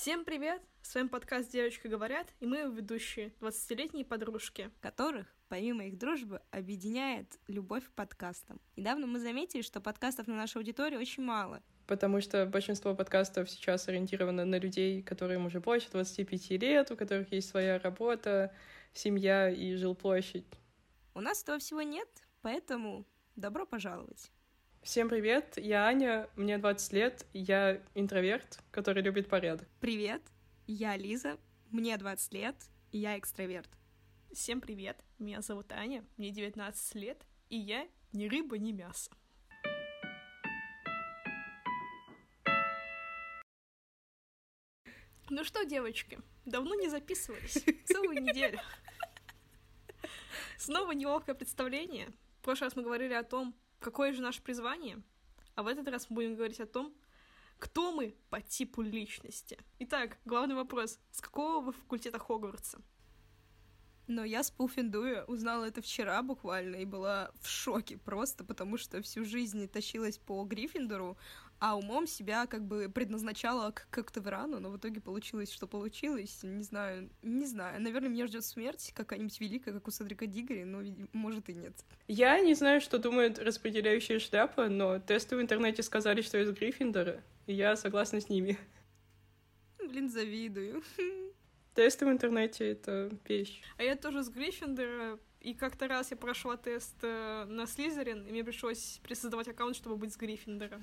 Всем привет! С вами подкаст «Девочки говорят», и мы его ведущие, 20-летние подружки, которых, помимо их дружбы, объединяет любовь к подкастам. Недавно мы заметили, что подкастов на нашей аудитории очень мало. Потому что большинство подкастов сейчас ориентировано на людей, которым уже больше 25 лет, у которых есть своя работа, семья и жилплощадь. У нас этого всего нет, поэтому добро пожаловать. Всем привет, я Аня, мне 20 лет, я интроверт, который любит порядок. Привет, я Лиза, мне 20 лет, и я экстраверт. Всем привет, меня зовут Аня, мне 19 лет, и я ни рыба, ни мясо. Ну что, девочки, давно не записывались, целую неделю. Снова неловкое представление. В прошлый раз мы говорили о том, какое же наше призвание, а в этот раз мы будем говорить о том, кто мы по типу личности. Итак, главный вопрос. С какого вы факультета Хогвартса? Но я с Пуффендуя узнала это вчера буквально и была в шоке просто, потому что всю жизнь тащилась по Гриффиндору, а умом себя как бы предназначала к Когтеврану, но в итоге получилось, что получилось. Не знаю. Наверное, меня ждет смерть какая-нибудь великая, как у Седрика Диггори, но, может, и нет. Я не знаю, что думает распределяющая шляпа, но тесты в интернете сказали, что я из Гриффиндора, и я согласна с ними. Блин, завидую. Тесты в интернете — это вещь. А я тоже с Гриффиндора, и как-то раз я прошла тест на Слизерин, и мне пришлось пересоздавать аккаунт, чтобы быть с Гриффиндора.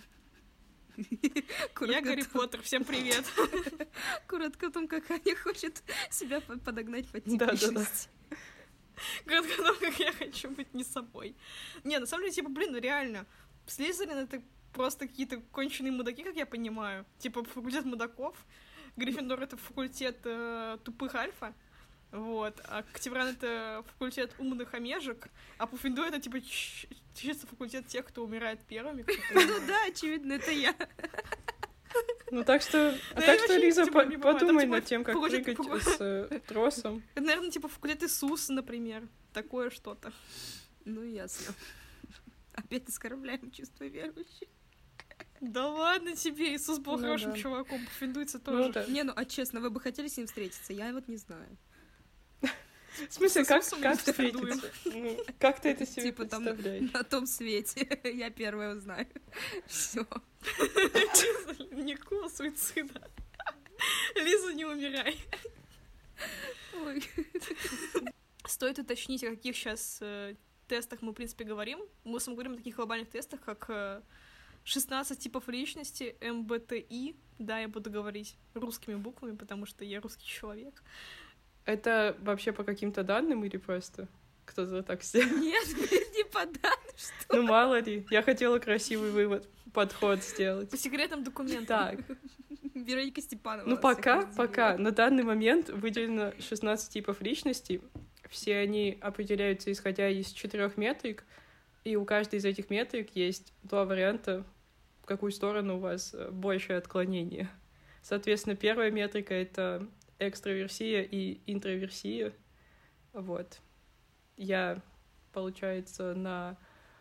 Я Гарри Поттер, всем привет! Коротко о том, как Аня хочет себя подогнать под тип личности. Коротко о том, как я хочу быть не собой. Не, на самом деле, типа, реально, Слизерин — это просто какие-то конченые мудаки, как я понимаю. Типа, факультет мудаков. Гриффиндор — это факультет тупых альфа, вот, а Когтевран — это факультет умных омежек, а Пуффендуй — это, типа, чисто факультет тех, кто умирает первыми. Ну да, очевидно, это я. Ну так что, Лиза, подумай над тем, как прыгать с тросом. Это, наверное, типа факультет Иисуса, например, такое что-то. Ну, ясно. Опять оскорбляем чувства верующих. Да ладно тебе, Иисус был хорошим чуваком, Пуффендуйца тоже. Не, а честно, вы бы хотели с ним встретиться? Я вот не знаю. В смысле, как встретиться? Как ты это себе представляешь? Типа там на том свете. Я первая узнаю. Всё. Никакого суицида. Лиза, не умирай. Ой. Стоит уточнить, о каких сейчас тестах мы, в принципе, говорим. Мы с вами говорим о таких глобальных тестах, как 16 типов личности, МБТИ. Да, я буду говорить русскими буквами, потому что я русский человек. Это вообще по каким-то данным или просто кто-то так сделал? Нет, не по данным, что? Ну, мало ли. Я хотела красивый подход сделать. По секретным документам. Так. Вероника Степанова. Ну, пока. На данный момент выделено 16 типов личностей. Все они определяются, исходя из 4 метрик, и у каждой из этих метрик есть 2 варианта, в какую сторону у вас большее отклонение. Соответственно, первая метрика — это экстраверсия и интроверсия. Вот. Я, получается, на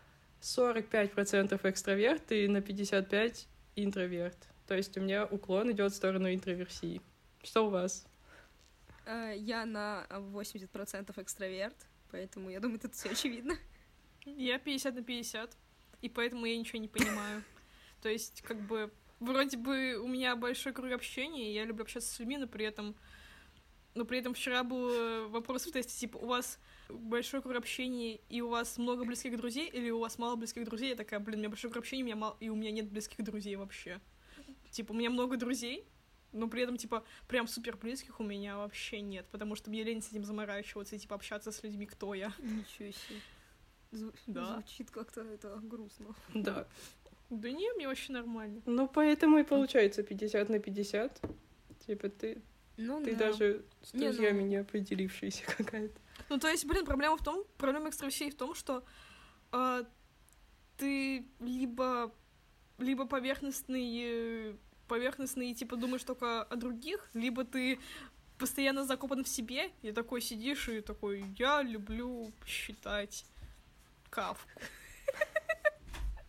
45% экстраверт и на 55% интроверт. То есть у меня уклон идет в сторону интроверсии. Что у вас? Я на 80% экстраверт, поэтому я думаю, тут все очевидно. Я 50/50, и поэтому я ничего не понимаю. То есть, как бы, вроде бы у меня большой круг общения, и я люблю общаться с людьми, но при этом вчера был вопрос в тесте, типа, у вас большой круг общения, и у вас много близких друзей, или у вас мало близких друзей? Я такая, у меня большой круг общения, и у меня нет близких друзей вообще. Типа, у меня много друзей, но при этом, типа, прям супер близких у меня вообще нет, потому что мне лень с этим заморачиваться и, типа, общаться с людьми, кто я. Ничего себе. Да. Звучит как-то это грустно. Да. Да не, мне вообще нормально. Ну, поэтому и получается 50/50. Типа, ты даже с друзьями не определившаяся какая-то. Ну, то есть, проблема экстраверсии в том, что ты либо поверхностный, типа, думаешь только о других, либо ты постоянно закопан в себе, и такой сидишь и такой, я люблю читать Кафку.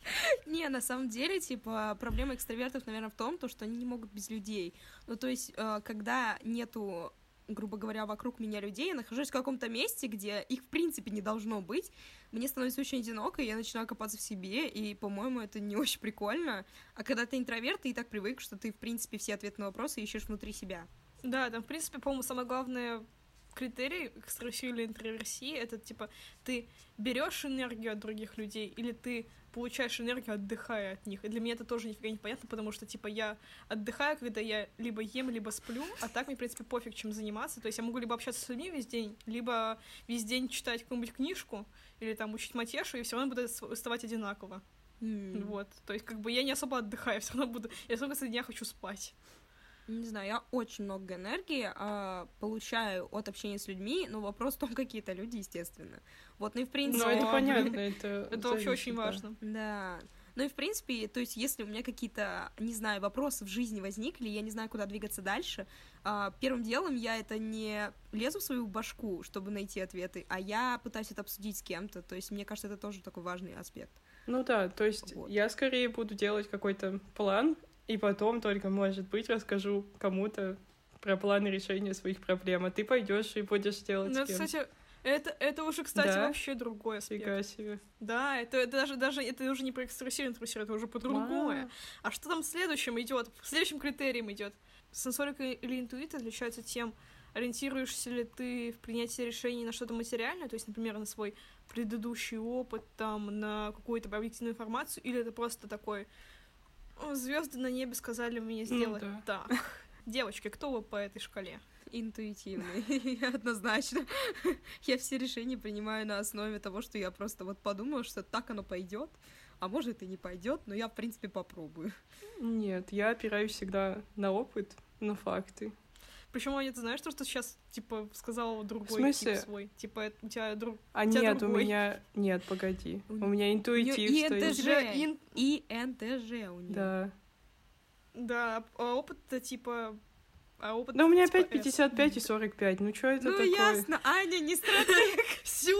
Не, на самом деле, типа, проблема экстравертов, наверное, в том, то, что они не могут без людей. Ну, то есть, когда нету, грубо говоря, вокруг меня людей, я нахожусь в каком-то месте, где их, в принципе, не должно быть, мне становится очень одиноко, и я начинаю копаться в себе, и, по-моему, это не очень прикольно. А когда ты интроверт, ты и так привык, что ты, в принципе, все ответы на вопросы ищешь внутри себя. Да, там, в принципе, по-моему, самое главное критерий экстраверсии или интроверсии — это, типа, ты берешь энергию от других людей или ты получаешь энергию, отдыхая от них. И для меня это тоже нифига не понятно, потому что, типа, я отдыхаю, когда я либо ем, либо сплю, а так мне, в принципе, пофиг, чем заниматься. То есть я могу либо общаться с людьми весь день, либо весь день читать какую-нибудь книжку или там учить матешу, и все равно буду уставать одинаково. Вот. То есть, как бы я не особо отдыхаю, я все равно буду. Я только за дня хочу спать. Не знаю, я очень много энергии получаю от общения с людьми, но вопрос в том, какие это люди, естественно. Вот, ну и в принципе... Ну, это понятно, это вообще очень важно. Да. Ну и в принципе, то есть если у меня какие-то, не знаю, вопросы в жизни возникли, я не знаю, куда двигаться дальше, первым делом я это не лезу в свою башку, чтобы найти ответы, а я пытаюсь это обсудить с кем-то. То есть мне кажется, это тоже такой важный аспект. Ну да, то есть Вот. я скорее буду делать какой-то план, и потом только, может быть, расскажу кому-то про планы решения своих проблем, а ты пойдешь и будешь делать Ну, с кем. кстати, это уже, кстати, Да? вообще другой аспект. Фига себе. Да, это даже это уже не про экстраверсию, это уже по-другому. А что там следующим идет? Следующим критерием идет. Сенсорика или интуиция отличаются тем, ориентируешься ли ты в принятии решений на что-то материальное, то есть, например, на свой предыдущий опыт, там, на какую-то объективную информацию, или это просто такой: звезды на небе сказали мне сделать так. Девочки, кто вы по этой шкале? Интуитивный, однозначно. Я все решения принимаю на основе того, что я просто вот подумала, что так оно пойдет, а может и не пойдет, но я, в принципе, попробую. Нет, я опираюсь всегда на опыт, на факты. Причем, Аня, ты знаешь, что сейчас, типа, сказала другой В смысле? тип свой? Типа, у тебя А у тебя нет, другой. у меня... Нет, погоди. У меня интуитив И стоит. НТЖ, и НТЖ у нее. Да. Да, а опыт-то, типа... А опыт, Да у меня типа, опять 55 и 45. Ну что это Ну, такое? ясно, Аня не стратег. Все,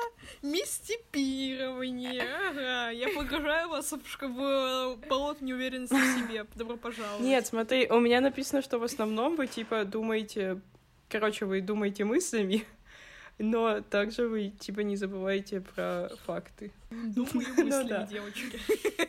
мистипирование. Ага, я погружаю вас в болото неуверенности в себе. Добро пожаловать. Нет, смотри, у меня написано, что в основном вы, типа, думаете... Короче, вы думаете мыслями, но также вы, типа, не забываете про факты. Думаю Ну мыслями, да. девочки.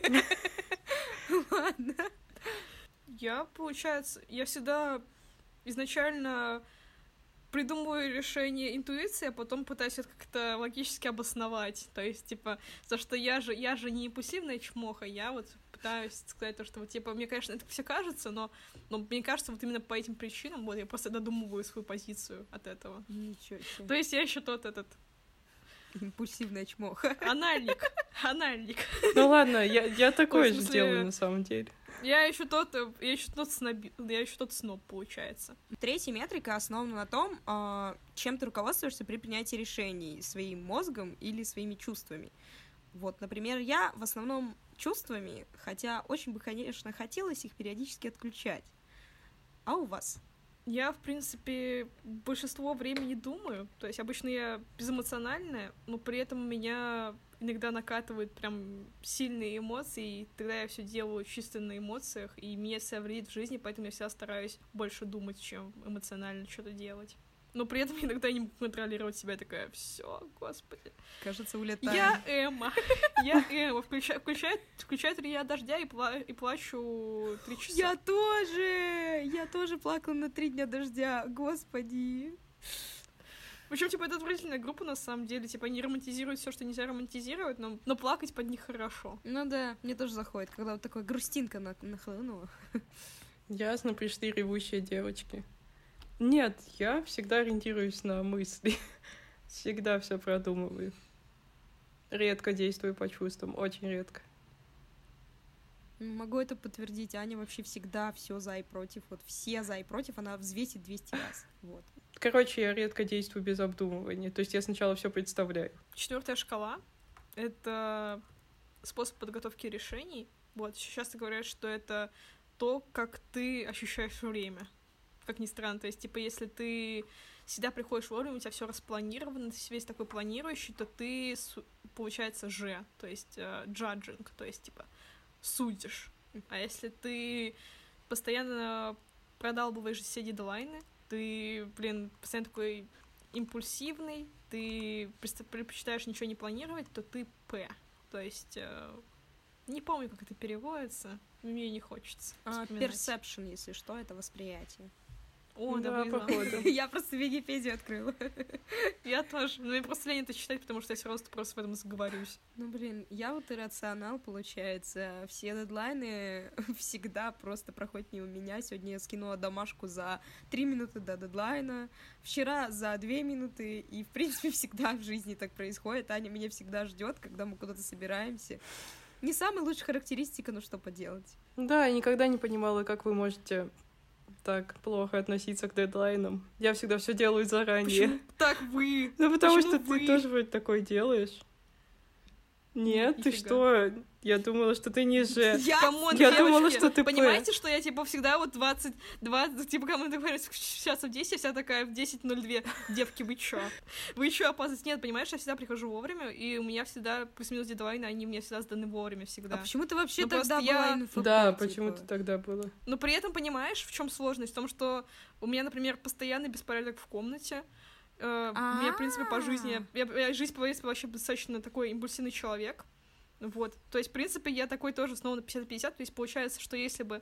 Ладно. Я, получается, я всегда изначально придумываю решение интуиции, а потом пытаюсь это как-то логически обосновать. То есть, типа, за что я же не импульсивная чмоха, я вот пытаюсь сказать то, что вот, типа, мне, конечно, это все кажется, но мне кажется, вот именно по этим причинам, вот, я просто додумываю свою позицию от этого. Ничего себе. То есть я еще тот этот Импульсивная чмоха. анальник. Ну ладно, я такое В же смысле- делаю на самом деле. Я еще тот сноб, получается. Третья метрика основана на том, чем ты руководствуешься при принятии решений, своим мозгом или своими чувствами. Вот, например, я в основном чувствами, хотя очень бы, конечно, хотелось их периодически отключать. А у вас? Я, в принципе, большинство времени думаю. То есть обычно я безэмоциональная, но при этом меня иногда накатывают прям сильные эмоции, и тогда я все делаю чисто на эмоциях, и мне это вредит в жизни, поэтому я всегда стараюсь больше думать, чем эмоционально что-то делать. Но при этом иногда я не могу контролировать себя, такая: все, господи. Кажется, улетаем. Я Эмма. Включает Рия дождя и плачу 3 часа. Я тоже плакала на 3 дня дождя, господи. Причем, типа, это отвратительная группа, на самом деле. Типа, они романтизируют все, что нельзя романтизировать, но плакать под них хорошо. Ну да, мне тоже заходит, когда вот такая грустинка нахлынула. Ясно, пришли ревущие девочки. Нет, я всегда ориентируюсь на мысли. Всегда все продумываю. Редко действую по чувствам, очень редко. Могу это подтвердить. Аня вообще всегда все за и против. Вот все за и против, она взвесит 200 раз. Вот. Короче, я редко действую без обдумывания. То есть я сначала все представляю. 4-я шкала — это способ подготовки решений. Вот, часто говорят, что это то, как ты ощущаешь время. как ни странно. То есть, типа, если ты всегда приходишь вовремя, у тебя все распланировано, ты весь такой планирующий, то ты, получается, то есть judging, то есть, типа, судишь. А если ты постоянно продалбываешь все дедлайны, ты, постоянно такой импульсивный, ты предпочитаешь ничего не планировать, то ты П. То есть, не помню, как это переводится, мне не хочется вспоминать. Perception, если что, это восприятие. О, да, походу. Я просто Википедию открыла. Я тоже. Но мне просто лень это читать, потому что я все равно просто в этом заговорюсь. Ну, я вот иррационал, получается. Все дедлайны всегда просто проходят не у меня. Сегодня я скинула домашку за 3 минуты до дедлайна. Вчера за 2 минуты. И, в принципе, всегда в жизни так происходит. Аня меня всегда ждет, когда мы куда-то собираемся. Не самая лучшая характеристика, но что поделать. Да, я никогда не понимала, как вы можете так плохо относиться к дедлайнам. Я всегда все делаю заранее. Почему так вы? Ну, потому Почему что вы? ты тоже вроде такой делаешь. Нет, ты что? Я думала, что ты ниже. Камон, Я девочки, думала, что ты понимаете, что я, типа, всегда вот 22, типа, когда мы договорились сейчас в 10, я вся такая в 10:02. Девки, вы чё? Вы чё опаздываете? Нет, понимаешь, я всегда прихожу вовремя, и у меня всегда плюс-минус дедлайны, они мне всегда сданы вовремя всегда. А почему ты вообще Ну, тогда просто была НФП? Да, типа? почему ты тогда было? Но при этом, понимаешь, в чем сложность? В том, что у меня, например, постоянный беспорядок в комнате. У меня, в принципе, по жизни... Я жизнь, по принципу, вообще достаточно такой импульсивный человек. Вот. То есть, в принципе, я такой тоже снова на 50/50. То есть, получается, что если бы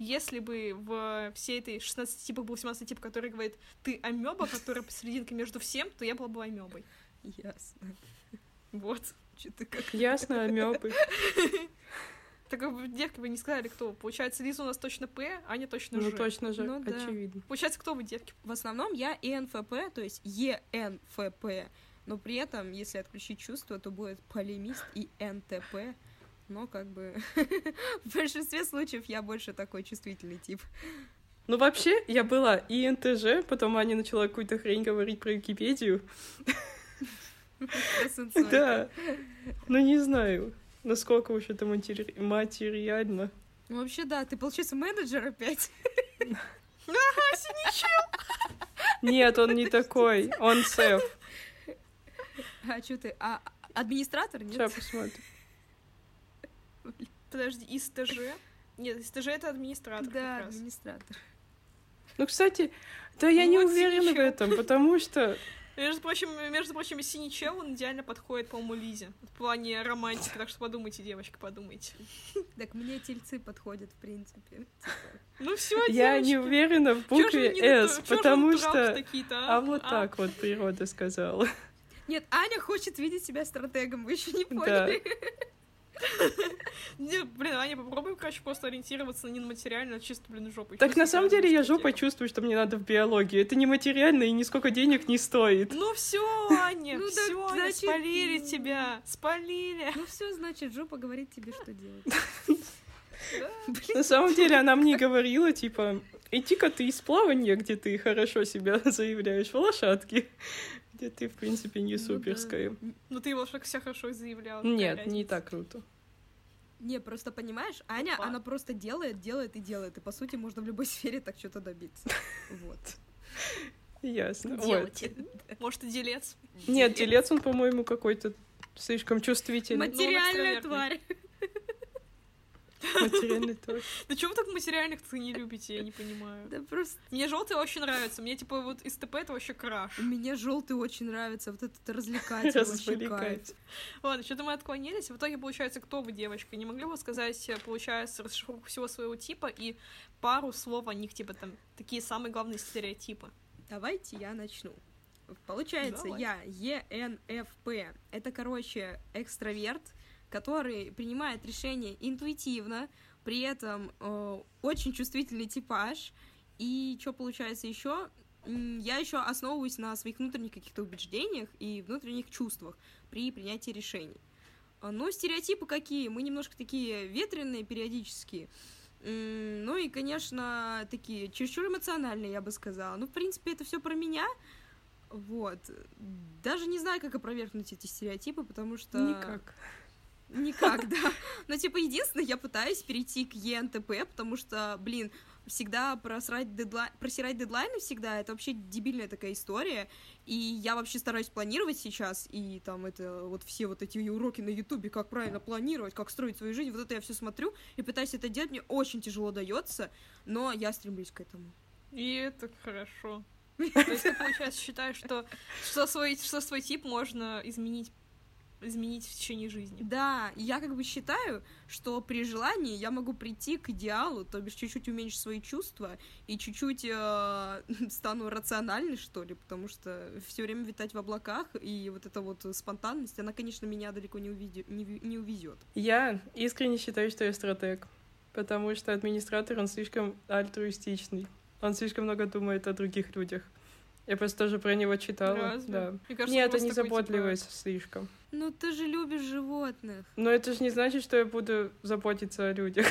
в всей этой 16 типах был 17 тип, который говорит, ты амеба, которая посерединке между всем, то я была бы амебой. Ясно. Вот. Что-то как... Ясно, амёбы. Так как бы, девки, вы не сказали, кто. Получается, Лиза у нас точно П, Аня точно Ж. Ну, точно же, Ну, да. очевидно. Получается, кто вы, девки? В основном я ЕНФП, то есть ЕНФП, но при этом, если отключить чувство, то будет полемист и НТП, но как бы в большинстве случаев я больше такой чувствительный тип. Ну, вообще, я была и НТЖ, потом Аня начала какую-то хрень говорить про Википедию. Да. Ну, не знаю, насколько уж это материально. Ну, вообще, да, ты, получается, менеджер опять? Нет, он не такой, он сеф. А что ты? Администратор, нет? Сейчас посмотрим. Подожди, и СТЖ? Нет, СТЖ — это администратор Да, как раз. администратор. Ну, кстати, да я Ну, не вот уверена в синичок. этом, потому что... Между прочим, синий чел, он идеально подходит, по-моему, Лизе. В плане романтики, так что подумайте, девочки, подумайте. Так мне тельцы подходят, в принципе. Ну все, Я не уверена в букве «С», потому что... А вот так вот природа сказала. Нет, Аня хочет видеть себя стратегом, вы еще не Да. поняли. Аня, попробуй, короче, просто ориентироваться не на материально, а чисто, жопой. Так на самом деле я жопой чувствую. чувствую, что мне надо в биологию. Это не материально и нисколько денег не стоит. Ну все, Аня, Ну, все, так, значит, спалили тебя, спалили. Ну все, значит, жопа говорит тебе, что делать. На самом деле она мне говорила, типа, иди-ка ты из плавания, где ты хорошо себя заявляешь, в лошадки, где ты, в принципе, не Ну да. суперская. Ну ты его себя хорошо заявляла. Нет, не так круто. Не, просто понимаешь, Аня, Опа. она просто делает. И, по сути, можно в любой сфере так что-то добиться. Вот. Ясно. Вот. Делайте. Может, и делец. Нет, телец, он, по-моему, какой-то слишком чувствительный. Материальная экстравертный. тварь. Материальный тоже. Да чего вы так материальных-то не любите, я не понимаю. Да просто... Мне желтый очень нравится. Мне, типа, вот из ТП это вообще краш. Мне желтый очень нравится, вот этот развлекатель вообще кайф. Развлекать. Ладно, что-то мы отклонились. В итоге, получается, кто вы, девочка? Не могли бы сказать, получается, расшифровку всего своего типа и пару слов о них, типа, там, такие самые главные стереотипы? Давайте я начну. Получается, Давай. я ЕНФП. Это, короче, экстраверт, который принимает решения интуитивно, при этом очень чувствительный типаж. И что получается еще? Я еще основываюсь на своих внутренних каких-то убеждениях и внутренних чувствах при принятии решений. Но стереотипы какие? Мы немножко такие ветреные периодически. Ну и, конечно, такие чересчур эмоциональные, я бы сказала. Ну, в принципе, это все про меня. Вот. Даже не знаю, как опровергнуть эти стереотипы, потому что... Никак. Да. Но, типа, единственное, я пытаюсь перейти к ЕНТП, потому что, блин, всегда просирать дедлайны всегда, это вообще дебильная такая история, и я вообще стараюсь планировать сейчас, и там это вот все вот эти уроки на Ютубе, как правильно планировать, как строить свою жизнь, вот это я все смотрю и пытаюсь это делать, мне очень тяжело дается, но я стремлюсь к этому. И это хорошо. То есть ты, получается, считаешь, что свой тип можно изменить в течение жизни. Да, я как бы считаю, что при желании я могу прийти к идеалу, то бишь чуть-чуть уменьшить свои чувства и чуть-чуть стану рациональной, что ли, потому что все время витать в облаках, и вот эта вот спонтанность, она, конечно, меня далеко не увезет. Я искренне считаю, что я стратег, потому что администратор, он слишком альтруистичный. Он слишком много думает о других людях. Я просто тоже про него читала. Разве? Да. Мне кажется, Нет, он это не просто такой, заботливость слишком. Ну, ты же любишь животных. Но это же не значит, что я буду заботиться о людях.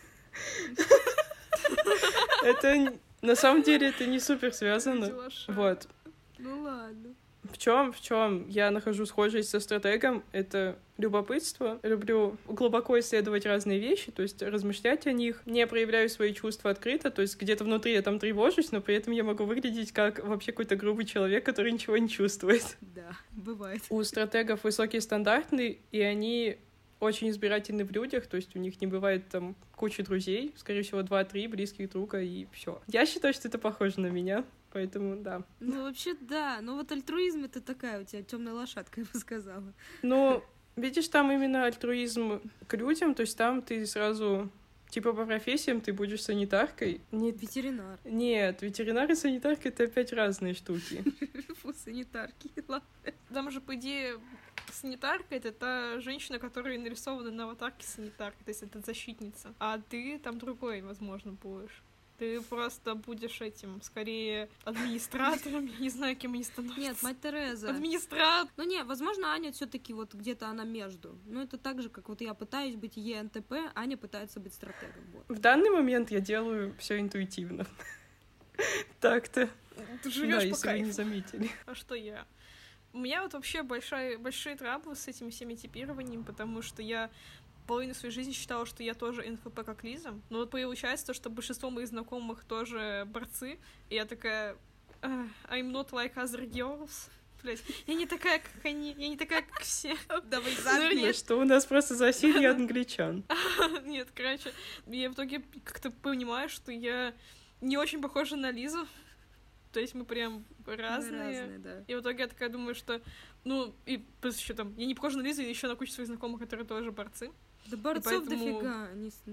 Это на самом деле это не супер связано. Вот. Ну ладно. В чем я нахожу схожесть со стратегом, это любопытство. Люблю глубоко исследовать разные вещи, то есть размышлять о них. Не проявляю свои чувства открыто, то есть где-то внутри я там тревожусь, но при этом я могу выглядеть как вообще какой-то грубый человек, который ничего не чувствует. Да, бывает. У стратегов высокие стандарты, и они очень избирательны в людях, то есть у них не бывает там кучи друзей, скорее всего, 2-3 близких друга, и все. Я считаю, что это похоже на меня. Поэтому, да. Ну, вообще, да. Но вот альтруизм — это такая у тебя темная лошадка, я бы сказала. Ну, видишь, там именно альтруизм к людям, то есть там ты сразу, типа, по профессиям ты будешь санитаркой. Ветеринар. Нет, ветеринар и санитарка — это опять разные штуки. Фу, санитарки, ладно. Там же, по идее, санитарка — это та женщина, которая нарисована на аватарке санитарки, то есть это защитница. А ты там другой, возможно, будешь. Ты просто будешь этим, скорее, администратором, я не знаю, кем они становятся. Нет, мать Тереза. Администратор. Ну не, возможно, Аня все-таки вот где-то она между. Но это так же, как вот я пытаюсь быть ЕНТП, Аня пытается быть стратегом. Вот. В данный момент я делаю все интуитивно. Так-то. Ты живешь по если вы не кайфу. заметили. А что я? У меня вот вообще большие траблы с этими всеми типированиями, потому что я половину своей жизни считала, что я тоже НФП как Лиза. Но вот получается то, что большинство моих знакомых тоже борцы. И я такая... I'm not like other girls. Блять, я не такая, как они, я не такая, как все. Давай Ну что у нас просто засилье англичан. Нет, короче, я в итоге как-то понимаю, что я не очень похожа на Лизу. То есть мы прям разные. Да. И в итоге я такая думаю, что... Ну, и плюс еще там... Я не похожа на Лизу, и еще на кучу своих знакомых, которые тоже борцы. Да борцов поэтому... дофига.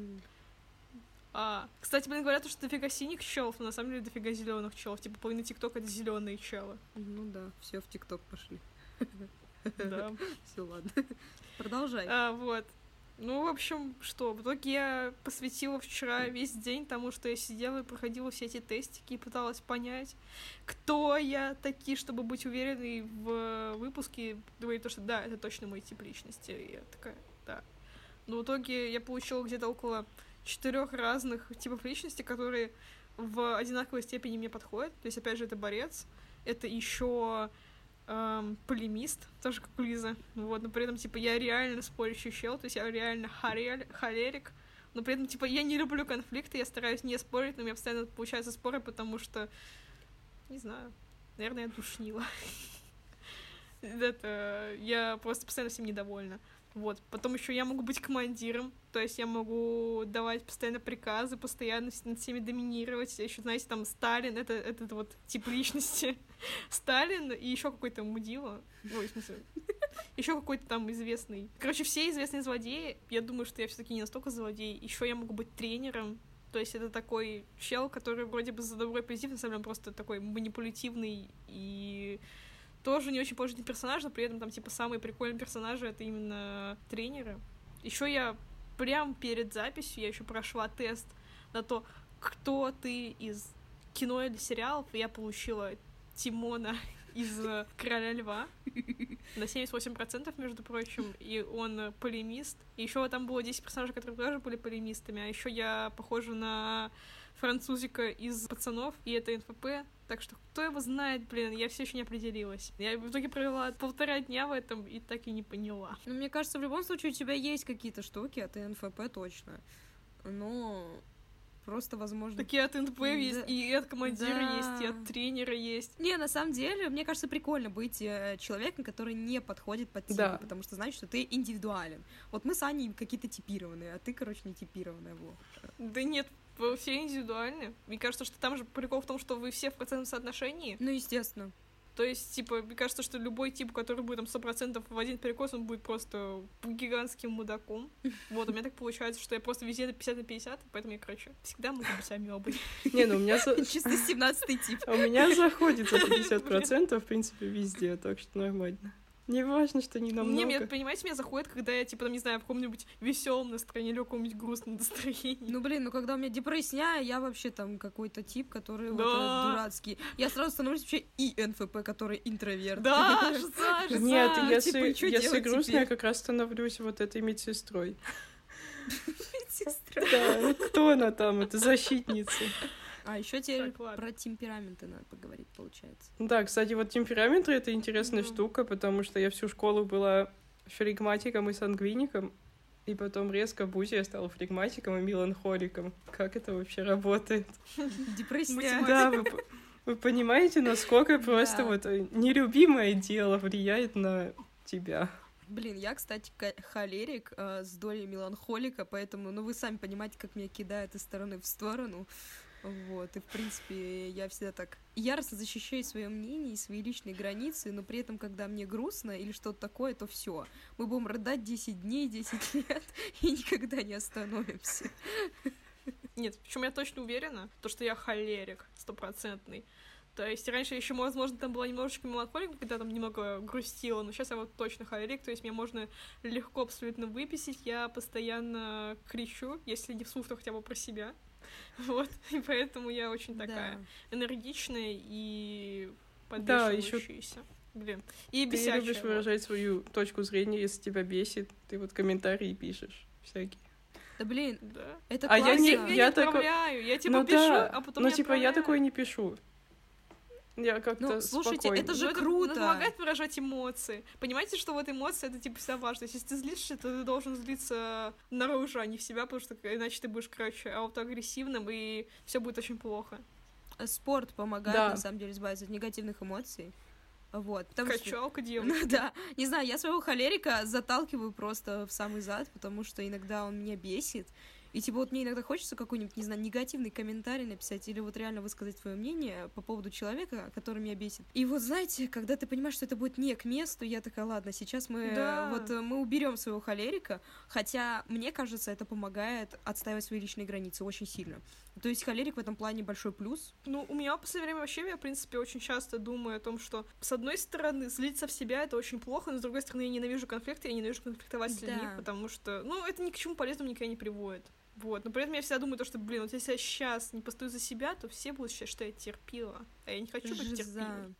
Кстати, блин, говорят, что дофига синих челов, но на самом деле дофига зеленых челов. Типа половина ТикТока — это зеленые челы. Ну да, все в ТикТок пошли. Да. Все, ладно. Продолжай. Вот. Ну, в общем, что, в итоге я посвятила вчера весь день тому, что я сидела и проходила все эти тестики и пыталась понять, кто я таки, чтобы быть уверенной в выпуске, говорит то, что да, это точно мой тип личности. И я такая, да. Но в итоге я получила где-то около 4 разных типов личности, которые в одинаковой степени мне подходят. То есть, опять же, это борец, это еще полемист, тоже как Лиза. Вот, но при этом, типа, я реально спорящий чел, то есть я реально холерик, но при этом, типа, я не люблю конфликты, я стараюсь не спорить, но у меня постоянно получаются споры, потому что, не знаю, наверное, я душнила. Это, я просто постоянно всем недовольна. Вот, потом еще я могу быть командиром, то есть я могу давать постоянно приказы, постоянно над всеми доминировать. Еще, знаете, там Сталин, это вот тип личности. Сталин и еще какой-то мудила. Ой, в смысле, еще какой-то там известный. Короче, все известные злодеи. Я думаю, что я все-таки не настолько злодей. Еще я могу быть тренером. То есть это такой чел, который вроде бы за доброй позитив, на самом деле он просто такой манипулятивный и тоже не очень положительный персонаж, но при этом там, типа, самые прикольные персонажи — это именно тренеры. Еще я прям перед записью, я еще прошла тест на то, кто ты из кино или сериалов, и я получила Тимона из «Короля льва» на 78%, между прочим, и он полемист. И еще там было 10 персонажей, которые тоже были полемистами, а еще я похожа на французика из «Пацанов», и это НФП. Так что кто его знает, блин, я все еще не определилась. Я в итоге провела 1,5 дня в этом и так и не поняла. Ну, мне кажется, в любом случае у тебя есть какие-то штуки, а ты НФП точно. Но просто, возможно... Такие от НП есть, и от командира Да. есть, и от тренера есть. Не, на самом деле, мне кажется, прикольно быть человеком, который не подходит под типы, Да. потому что значит, что ты индивидуален. Вот мы с Аней какие-то типированные, а ты, короче, не типированная. Вот. Да нет, вы все индивидуальны. Мне кажется, что там же прикол в том, что вы все в процентном соотношении. Ну, естественно. То есть, типа, мне кажется, что любой тип, который будет там 100% в один перекос, он будет просто гигантским мудаком. Вот, у меня так получается, что я просто везде на 50 на 50, поэтому я, короче, всегда могу быть амебой. Не, ну у меня Чисто 17-й тип. у меня заходит за 50%, в принципе, везде, так что нормально. Не важно, что не Мне, намного. понимаете, меня заходит, когда я, типа, там, не знаю, в каком-нибудь веселом настроении или в каком-нибудь грустном настроении. Ну, блин, ну когда у меня депрессия, я вообще там какой-то тип, который вот, Да. дурацкий. Я сразу становлюсь вообще ИНФП, который интроверт. Да, Саша, Нет, Саш. если, чё если делать грустно, я теперь? как раз становлюсь вот этой медсестрой. Сестра. Да, кто она там? Это защитница. А еще теперь Так, ладно. про темпераменты надо поговорить, получается. Да, кстати, вот темпераменты — это интересная Мгм. штука, потому что я всю школу была флегматиком и сангвиником, и потом резко в ВУЗе я стала флегматиком и меланхоликом. Как это вообще работает? Депрессия. Да, вы понимаете, насколько просто Да. вот нелюбимое дело влияет на тебя. Блин, я, кстати, холерик с долей меланхолика, поэтому, ну, вы сами понимаете, как меня кидает из стороны в сторону. Вот, и, в принципе, я всегда так яростно защищаю свое мнение и свои личные границы, но при этом, когда мне грустно или что-то такое, то все. Мы будем рыдать 10 дней, 10 лет и никогда не остановимся. Нет, причем я точно уверена, то, что я холерик стопроцентный. То есть раньше еще, возможно, там была немножечко меланхолик, когда там немного грустила, но сейчас я вот точно холерик, то есть меня можно легко абсолютно выписить, я постоянно кричу, если не вслух, то хотя бы про себя. Вот, и поэтому я очень такая энергичная и Да, ещё подбешивающаяся. Блин. И Ты бесячая. любишь вот. выражать свою точку зрения, если тебя бесит, ты вот комментарии пишешь всякие. Да, блин, Да. это А классно. я Я не не такой- отправляю, я типа Ну пишу, да, а потом ну не типа я отправляю. такое не пишу. Я как-то Ну, слушайте, спокойно. это же Ну, круто. помогает выражать эмоции. Понимаете, что вот эмоции это типа всегда важно. Если ты злишься, то ты должен злиться наружу, а не в себя, потому что иначе ты будешь, короче, аутоагрессивным, и все будет очень плохо. Спорт помогает, Да. на самом деле, избавиться от негативных эмоций. Вот, потому что... Качалка, Ну девушка. да, не знаю, я своего холерика заталкиваю просто в самый зад, потому что иногда он меня бесит. И типа вот мне иногда хочется какой-нибудь, не знаю, негативный комментарий написать или вот реально высказать свое мнение по поводу человека, который меня бесит. И вот знаете, когда ты понимаешь, что это будет не к месту, я такая, ладно, сейчас мы Да. мы уберем своего холерика, хотя мне кажется, это помогает отстаивать свои личные границы очень сильно. То есть холерик в этом плане большой плюс. Ну, у меня в последнее время вообще, я, в принципе, очень часто думаю о том, что, с одной стороны, злиться в себя — это очень плохо, но, с другой стороны, я ненавижу конфликты, я ненавижу конфликтовать с людьми, Да. потому что, ну, это ни к чему полезному никогда не приводит. Вот, но при этом я всегда думаю, то, что, блин, вот если я сейчас не постою за себя, то все будут считать, что я терпила, а я не хочу быть Жиза. терпилой.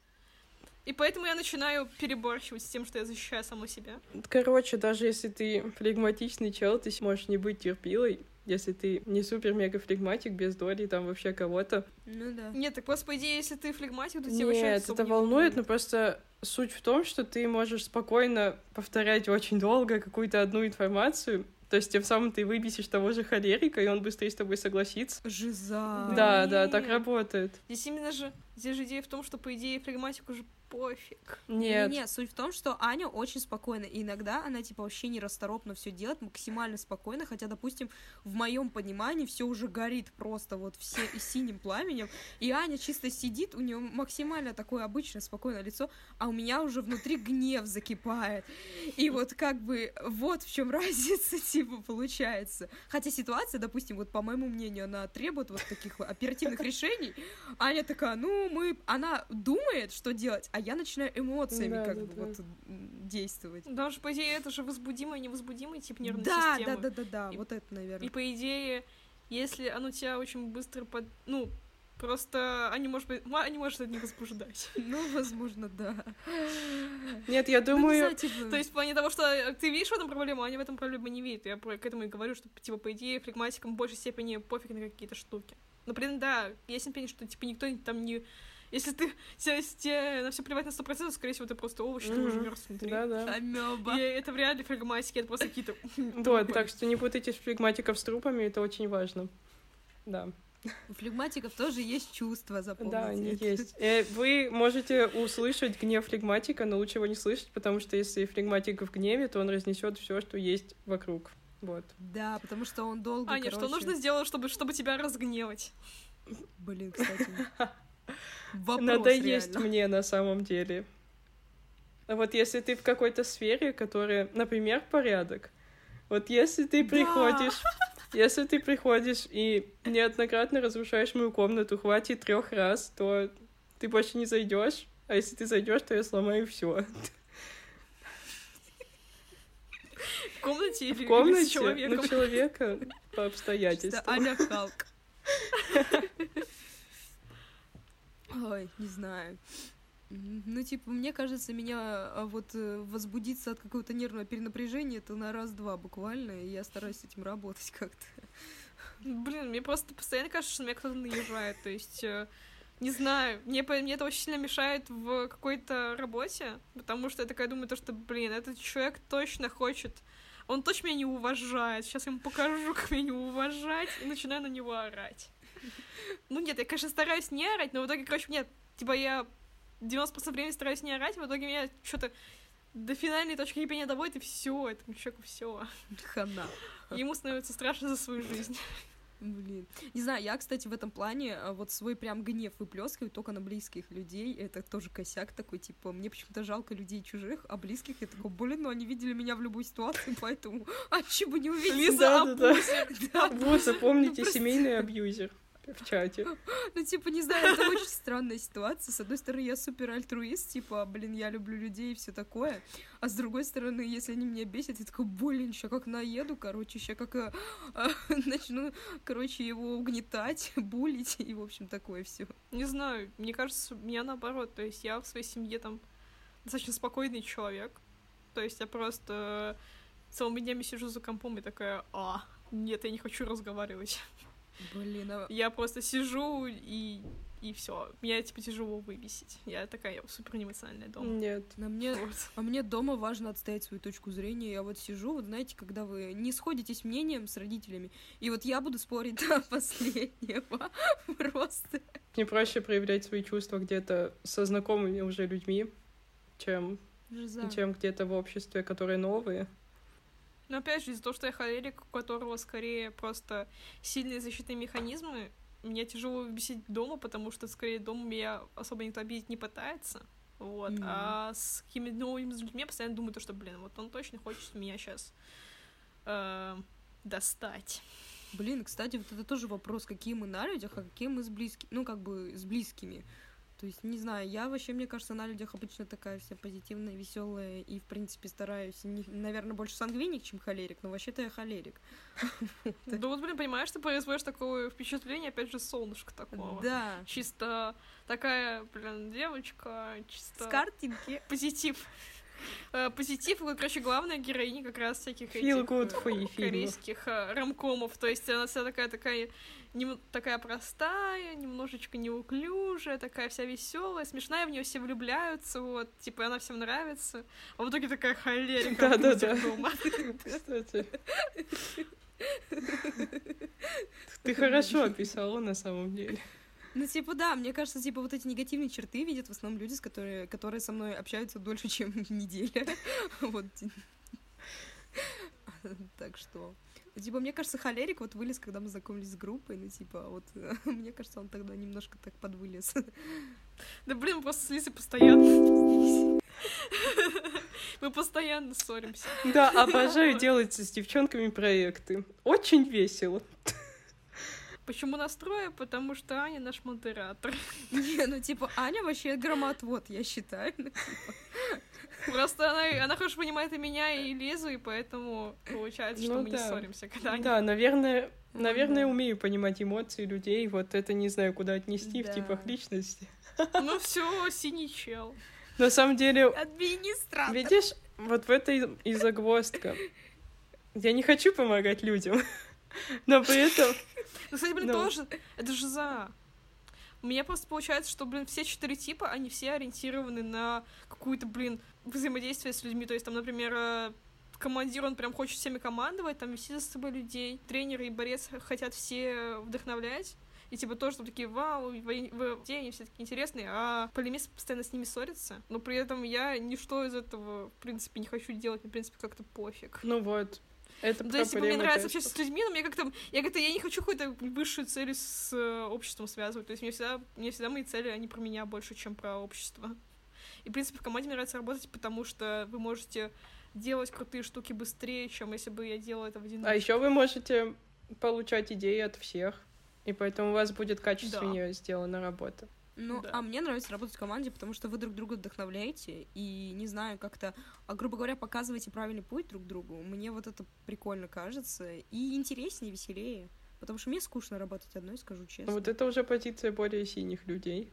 И поэтому я начинаю переборщивать с тем, что я защищаю саму себя. Короче, даже если ты флегматичный чел, ты можешь не быть терпилой, если ты не супер-мега-флегматик без доли там вообще кого-то. Ну да. Нет, так просто, по идее, если ты флегматик, то тебе вообще Нет, особо это не волнует, но просто суть в том, что ты можешь спокойно повторять очень долго какую-то одну информацию, то есть тем самым ты выбесишь того же холерика, и он быстрее с тобой согласится. Жиза. Да, да, нет. так работает. Здесь именно же, здесь же идея в том, что, по идее, флегматику же пофиг. Нет. Не, суть в том, что Аня очень спокойна, и иногда она, типа, вообще не расторопно все делает, максимально спокойно, хотя, допустим, в моем понимании все уже горит просто вот все синим пламенем, и Аня чисто сидит, у нее максимально такое обычное спокойное лицо, а у меня уже внутри гнев закипает. И вот как бы вот в чем разница, типа, получается. Хотя ситуация, допустим, вот по моему мнению, она требует вот таких оперативных решений. Аня такая, она думает, что делать, а я начинаю эмоциями Да, как да, бы да. вот действовать. Потому что, по идее, это же возбудимый и невозбудимый тип нервной Да, системы. да, И- вот это, наверное. И, по идее, если оно тебя очень быстро Ну, просто они, может быть, они может это не возбуждать. Ну, возможно, да. Нет, я Ну, не думаю... знаю, типа, То есть, в плане того, что ты видишь в этом проблему, а они в этом проблемы не видят. Я к этому и говорю, что, типа, по идее, флегматикам в большей степени пофиг на какие-то штуки. Но, при этом, да, есть опасение, что, типа, никто там не... Если тебе на все плевать на 100%, скорее всего, ты просто овощ, ты уже мёртв внутри. Да-да. амёба. И это вряд ли флегматики, это просто какие-то... Вот, так что не путайте флегматиков с трупами, это очень важно. Да. У флегматиков тоже есть чувства, запомните. Да, они есть. Вы можете услышать гнев флегматика, но лучше его не слышать, потому что если флегматик в гневе, то он разнесет все, что есть вокруг. Вот. Да, потому что он долго, Аня, что нужно сделать, чтобы тебя разгневать? Блин, кстати. Вопрос, Надоесть реально. мне на самом деле. Вот если ты в какой-то сфере, которая, например, порядок, вот если ты приходишь, если ты приходишь и неоднократно разрушаешь мою комнату, хватит 3 раз, то ты больше не зайдешь, а если ты зайдешь, то я сломаю все. В комнате или В комнате, с человеком? ну, человека по обстоятельствам. Аня Халк. Ой, не знаю. Ну, типа, мне кажется, меня вот возбудиться от какого-то нервного перенапряжения это на раз-два буквально, и я стараюсь с этим работать как-то. Блин, мне просто постоянно кажется, что на меня кто-то наезжает, то есть... Не знаю, мне это очень сильно мешает в какой-то работе, потому что я такая думаю, то, что, блин, этот человек точно хочет, он точно меня не уважает, сейчас я ему покажу, как меня не уважать, и начинаю на него орать. Ну нет, я, конечно, стараюсь не орать, но в итоге, короче, нет, типа я 90% времени стараюсь не орать, в итоге меня что-то до финальной точки кипения доводит, и все, этому человеку все. Хана. Ему становится страшно за свою жизнь. Блин. Не знаю, я, кстати, в этом плане вот свой прям гнев выплескиваю только на близких людей. Это тоже косяк такой, типа, мне почему-то жалко людей чужих, а близких я такой, блин, ну они видели меня в любой ситуации, поэтому чего бы не увидеть? Лиза, да. Вот, запомните, Ну, просто- семейный абьюзер в чате. Ну, типа, не знаю, это очень странная ситуация. С одной стороны, я супер альтруист, типа, блин, я люблю людей и все такое. А с другой стороны, если они меня бесят, я такой, блин, ща как наеду, короче, ща как начну, короче, его угнетать, булить и, в общем, такое все. Не знаю, мне кажется, у меня наоборот, то есть я в своей семье там достаточно спокойный человек, то есть я просто целыми днями сижу за компом и такая, нет, я не хочу разговаривать. Блин, Я просто сижу и все. Меня, типа, тяжело вывесить. Я такая супер неэмоциональная дома. Нет. Мне дома важно отстоять свою точку зрения. Я вот сижу, вот знаете, когда вы не сходитесь мнением с родителями, и вот я буду спорить до последнего. Просто. Мне проще проявлять свои чувства где-то со знакомыми уже людьми, чем где-то в обществе, которые новые. Но опять же, из-за того, что я холерик, у которого скорее просто сильные защитные механизмы, мне тяжело бесить дома, потому что скорее дома меня особо никто обидеть не пытается. Вот. А с какими-то новыми людьми я постоянно думаю, что, блин, вот он точно хочет меня сейчас достать. Блин, кстати, вот это тоже вопрос, какие мы на людях, а какие мы с близкими, ну, как бы с близкими. То есть, не знаю, я вообще, мне кажется, на людях обычно такая вся позитивная, веселая, и, в принципе, стараюсь, наверное, больше сангвиник, чем холерик, но вообще-то я холерик. Да вот, блин, понимаешь, ты производишь такое впечатление, опять же, солнышко такого. Да. Чисто такая, блин, девочка, чисто... С картинки. Позитив. Позитив, и, короче, главная героиня как раз всяких Feel этих good корейских ромкомов. То есть она вся такая простая, немножечко неуклюжая, такая вся веселая, смешная, в нее все влюбляются, вот, типа, она всем нравится. А в итоге такая холерика дома. Кстати. Ты хорошо описала на самом деле. Ну, типа, да, мне кажется, типа, вот эти негативные черты видят в основном люди, которые со мной общаются дольше, чем неделя. Вот. Так что... Типа, мне кажется, холерик вот вылез, когда мы знакомились с группой, ну, типа, вот, мне кажется, он тогда немножко так подвылез. Да, блин, мы просто с Лизой постоянно... Мы постоянно ссоримся. Да, обожаю делать с девчонками проекты. Очень весело. Почему настрою? Потому что Аня наш модератор. Не, ну, типа, Аня вообще громотвод, я считаю. Ну, типа. Просто она хорошо понимает и меня, и Лизу, и поэтому получается, что мы не ссоримся. Да, наверное, умею понимать эмоции людей, вот это не знаю, куда отнести в типах личности. Ну все, синий чел. На самом деле... Администратор. Видишь, вот в этой и загвоздка. Я не хочу помогать людям, но при этом... Ну, кстати, блин, тоже, это же У меня просто получается, что, блин, все 4 типа, они все ориентированы на какую-то, блин, взаимодействие с людьми. То есть там, например, командир, он прям хочет всеми командовать, там вести за собой людей. Тренеры и борец хотят все вдохновлять. И типа тоже там такие, вау, вы где, они все такие интересные, а полемист постоянно с ними ссорится. Но при этом я ничто из этого, в принципе, не хочу делать, мне, в принципе, как-то пофиг. Ну вот, это То есть, типа, мне нравится тестов. общаться с людьми, но мне как-то, я не хочу какую-то высшую цель с обществом связывать. То есть мне всегда мои цели, они про меня больше, чем про общество. И, в принципе, в команде мне нравится работать, потому что вы можете делать крутые штуки быстрее, чем если бы я делала это в одиночку. А еще вы можете получать идеи от всех, и поэтому у вас будет качественнее сделана работа. Ну, Да. а мне нравится работать в команде, потому что вы друг друга вдохновляете и, не знаю, как-то, грубо говоря, показываете правильный путь друг другу. Мне вот это прикольно кажется и интереснее, веселее. Потому что мне скучно работать одной, скажу честно. Вот это уже позиция более синих людей.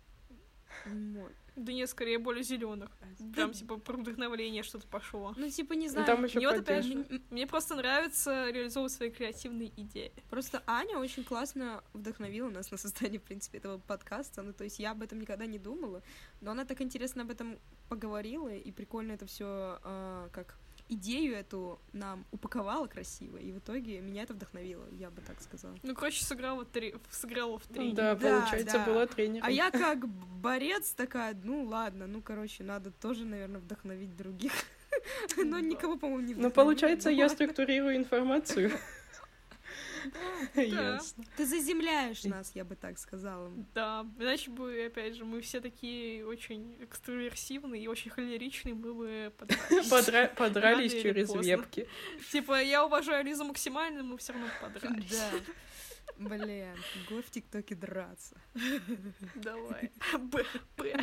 Да нет, скорее более зеленых. Там, типа, про вдохновление что-то пошло. Ну, типа, не знаю. Там еще Мне вот опять поддержка. же, мне просто нравится реализовывать свои креативные идеи. Просто Аня очень классно вдохновила нас на создание, в принципе, этого подкаста. Ну, то есть я об этом никогда не думала, но она так интересно об этом поговорила, и прикольно это все как идею эту нам упаковала красиво, и в итоге меня это вдохновило, я бы так сказала. Ну, короче, сыграла в тренинг. Да, получается, да. была тренером. А я как борец такая, ну ладно, ну, короче, надо тоже, наверное, вдохновить других. Но никого, по-моему, не Ну, вдохновила. получается, я Ладно. структурирую информацию. Да. Ясно. Ты заземляешь нас, я бы так сказала. Да, иначе бы, опять же, мы все такие очень экстраверсивные и очень холеричные, мы бы подрались. Подрались Рано или через поздно. вебки. Типа, я уважаю Лизу максимально, мы все равно подрались. Да. Блин, го в ТикТоке драться. Давай. Б.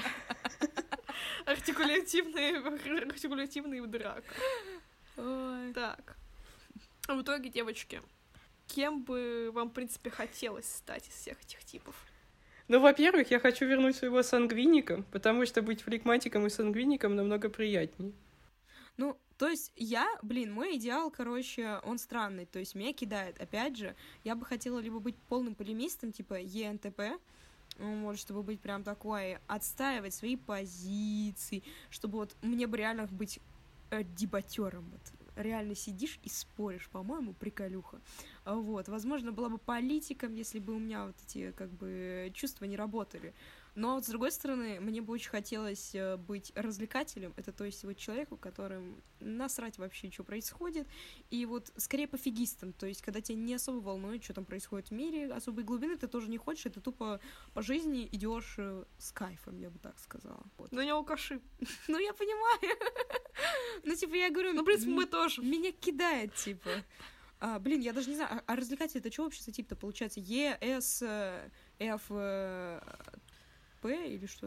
Артикулятивные драка. Ой. Так. В итоге, девочки, кем бы вам, в принципе, хотелось стать из всех этих типов? Ну, во-первых, я хочу вернуть своего сангвиника, потому что быть флегматиком и сангвиником намного приятнее. Ну, то есть мой идеал, короче, он странный, то есть меня кидает. Опять же, я бы хотела либо быть полным полемистом, типа ЕНТП, вот, чтобы быть прям такой, отстаивать свои позиции, чтобы вот мне бы реально быть дебатером, вот. Реально сидишь и споришь, по-моему, приколюха. Вот, возможно, была бы политиком, если бы у меня вот эти, как бы, чувства не работали. Но вот, с другой стороны, мне бы очень хотелось быть развлекателем, это то есть вот человеку, которым насрать вообще, что происходит, и вот скорее пофигистом, то есть когда тебя не особо волнует, что там происходит в мире, особой глубины ты тоже не хочешь, ты тупо по жизни идешь с кайфом, я бы так сказала. Вот. Ну, не алкаши. Ну, я понимаю. Ну, типа, я говорю... Ну, в принципе, мы тоже. Меня кидает, типа. Блин, я даже не знаю, а развлекатель это что вообще за тип-то получается? ЕСФП или что?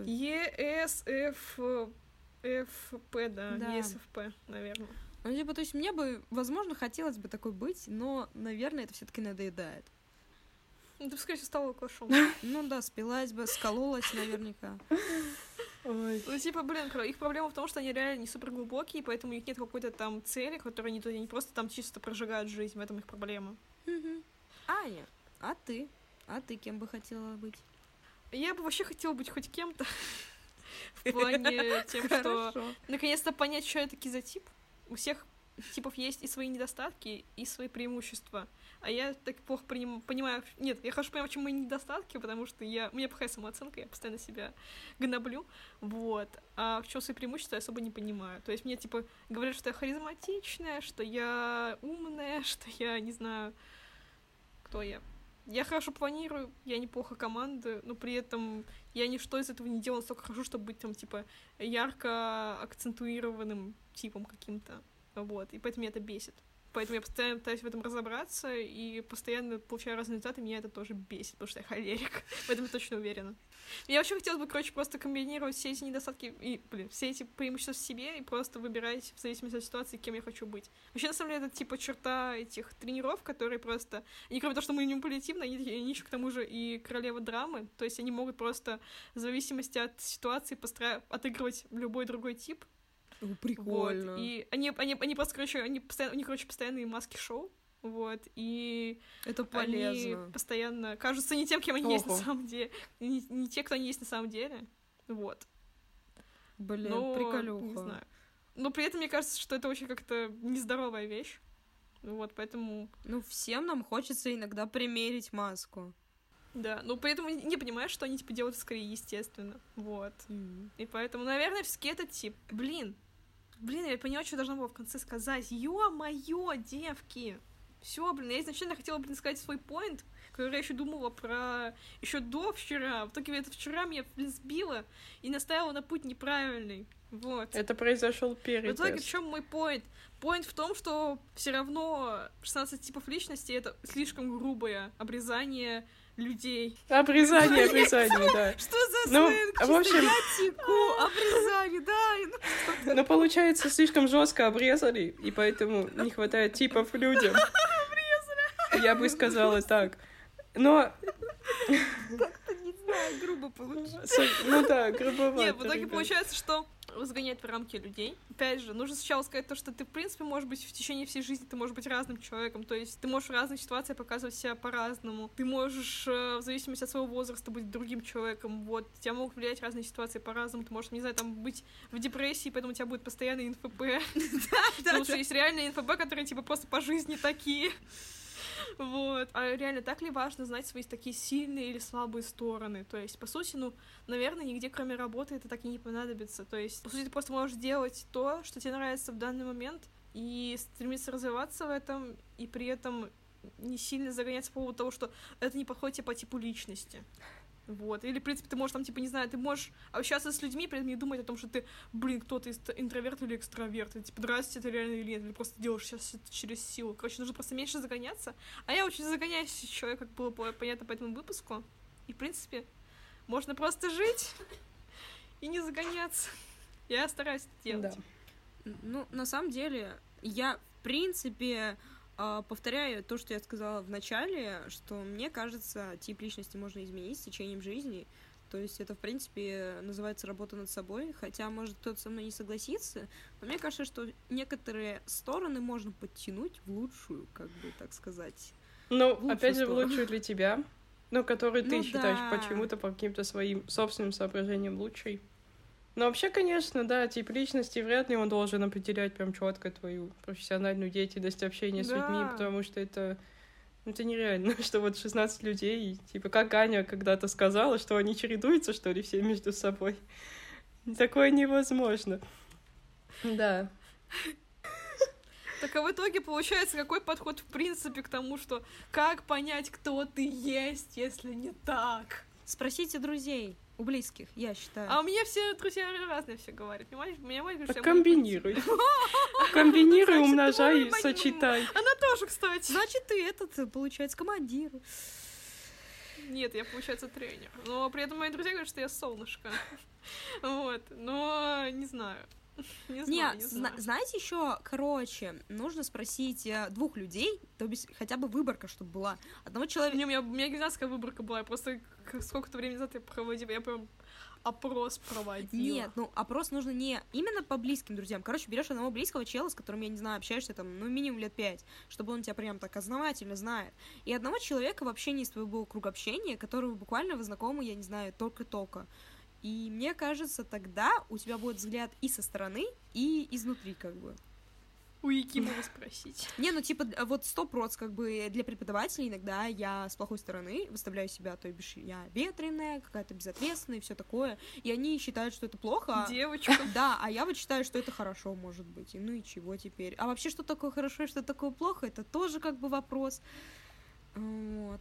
ЕСФП, да, Да. ЕСФП, наверное. Ну, типа, то есть мне бы, возможно, хотелось бы такой быть, но, наверное, это все-таки надоедает. Ну, ты бы, скорее всего, стала алкашом. Ну да, спилась бы, скололась наверняка. Ой. Ну, типа, блин, их проблема в том, что они реально не супер глубокие, поэтому у них нет какой-то там цели, которую они просто там чисто прожигают жизнь, в этом их проблема. Аня, а ты? А ты кем бы хотела быть? Я бы вообще хотела быть хоть кем-то. В плане тем, что наконец-то понять, что я таки за тип. У всех типов есть и свои недостатки, и свои преимущества. А я так плохо понимаю... Нет, я хорошо понимаю, в чем мои недостатки, потому что у меня плохая самооценка, я постоянно себя гноблю, вот. А в чем свои преимущества, я особо не понимаю. То есть мне, типа, говорят, что я харизматичная, что я умная, что я, не знаю, кто я. Я хорошо планирую, я неплохо командую, но при этом я ничто из этого не делаю настолько хорошо, чтобы быть там, типа, ярко акцентуированным типом каким-то. Вот, и поэтому меня это бесит. Поэтому я постоянно пытаюсь в этом разобраться, и постоянно получаю разные результаты, и меня это тоже бесит, потому что я холерик. В этом я точно уверена. Я вообще хотела бы, короче, просто комбинировать все эти недостатки и, все эти преимущества в себе и просто выбирать в зависимости от ситуации, кем я хочу быть. Вообще, на самом деле, это, типа, черта этих тренеров, которые просто... Они, кроме того, что мы манипулятивны, они еще, к тому же, и королева драмы, то есть они могут просто в зависимости от ситуации отыгрывать любой другой тип. Прикольно. Вот. И они просто, короче, у них, короче, постоянные маски-шоу, вот, и это полезно. они постоянно кажутся не тем, кем они есть на самом деле, не те, кто они есть на самом деле, вот. Блин, но, приколюха. не знаю. Но при этом мне кажется, что это очень как-то нездоровая вещь. Вот, поэтому... Ну, всем нам хочется иногда примерить маску. Да, но поэтому не понимаешь, что они, типа, делают скорее естественно. Вот. И поэтому, наверное, все-таки этот тип. Блин, я поняла, что должна была в конце сказать. Ё-моё, девки! Все, блин, я изначально хотела, сказать свой поинт, который я еще думала про еще до вчера. В итоге это вчера меня, сбило и наставила на путь неправильный. Вот. Это произошел перед. В итоге в чем мой поинт? Поинт в том, что все равно 16 типов личности — это слишком грубое обрезание людей. Обрезание, да. Что за сленг? В общем... Я теку, обрезание, да. Но получается, слишком жестко обрезали, и поэтому не хватает типов людям. Я бы сказала так. Но... Как-то, не знаю, грубо получилось. Ну да, грубовато. Нет, в итоге получается, что загонять в рамки людей. Опять же, нужно сначала сказать то, что ты, в принципе, можешь быть в течение всей жизни, ты можешь быть разным человеком, то есть ты можешь в разных ситуациях показывать себя по-разному, ты можешь, в зависимости от своего возраста, быть другим человеком, вот, тебя могут влиять разные ситуации по-разному, ты можешь, не знаю, там, быть в депрессии, поэтому у тебя будет постоянный НФП. Потому что есть реальные НФП, которые, типа, просто по жизни такие. Вот. А реально, так ли важно знать свои такие сильные или слабые стороны? То есть, по сути, наверное, нигде, кроме работы, это так и не понадобится. То есть, по сути, ты просто можешь делать то, что тебе нравится в данный момент, и стремиться развиваться в этом, и при этом не сильно загоняться по поводу того, что это не подходит тебе по типу личности. Вот. Или, в принципе, ты можешь там, типа, не знаю, ты можешь общаться с людьми, при этом не думать о том, что ты, кто ты интроверт или экстраверт. И, типа, здрасте, это реально или нет, или просто делаешь сейчас это через силу. Короче, нужно просто меньше загоняться. А я очень загоняюсь человек, как было понятно по этому выпуску. И, в принципе, можно просто жить и не загоняться. Я стараюсь это делать. Да. Ну, на самом деле, я, в принципе... повторяю то, что я сказала в начале, что мне кажется, тип личности можно изменить с течением жизни. То есть это, в принципе, называется работа над собой. Хотя, может, кто-то со мной не согласится, но мне кажется, что некоторые стороны можно подтянуть в лучшую, как бы так сказать. Ну, опять же, в лучшую для тебя, которую ты считаешь почему-то по каким-то своим собственным соображениям лучшей. Но вообще, конечно, да, тип личности вряд ли он должен определять прям четко твою профессиональную деятельность, общение с людьми, потому что это нереально, что вот 16 людей, типа, как Аня когда-то сказала, что они чередуются, что ли, все между собой. Такое невозможно. Да. Так а в итоге получается, какой подход в принципе к тому, что как понять, кто ты есть, если не так? Спросите друзей. У близких, я считаю. А у меня все друзья разные все говорят. Понимаешь? Меня мать говорит, что комбинируй. Комбинируй, умножай, сочетай. Она тоже, кстати. Значит, ты получается, командир. Нет, я, получается, тренер. Но при этом мои друзья говорят, что я солнышко. Вот. Но не знаю. Не знаю. Знаете, еще, нужно спросить двух людей, то есть хотя бы выборка, чтобы была. Одного человека... У меня гигантская выборка была, я просто сколько-то времени назад я проводила, я прям опрос проводила. Нет, опрос нужно не именно по близким друзьям. Берешь одного близкого чела, с которым, я не знаю, общаешься там, минимум лет 5, чтобы он тебя прям так основательно знает. И одного человека в общении из твоего круга общения, которого буквально вы знакомы, я не знаю, только-только. И мне кажется, тогда у тебя будет взгляд и со стороны, и изнутри, как бы. У Якимова спросить. Не, вот 100%, как бы, для преподавателей иногда я с плохой стороны выставляю себя, то бишь я ветреная, какая-то безответственная и все такое, и они считают, что это плохо. Девочка. Да, а я вот считаю, что это хорошо, может быть, и чего теперь. А вообще, что такое хорошо и что такое плохо, это тоже, как бы, вопрос. Вот.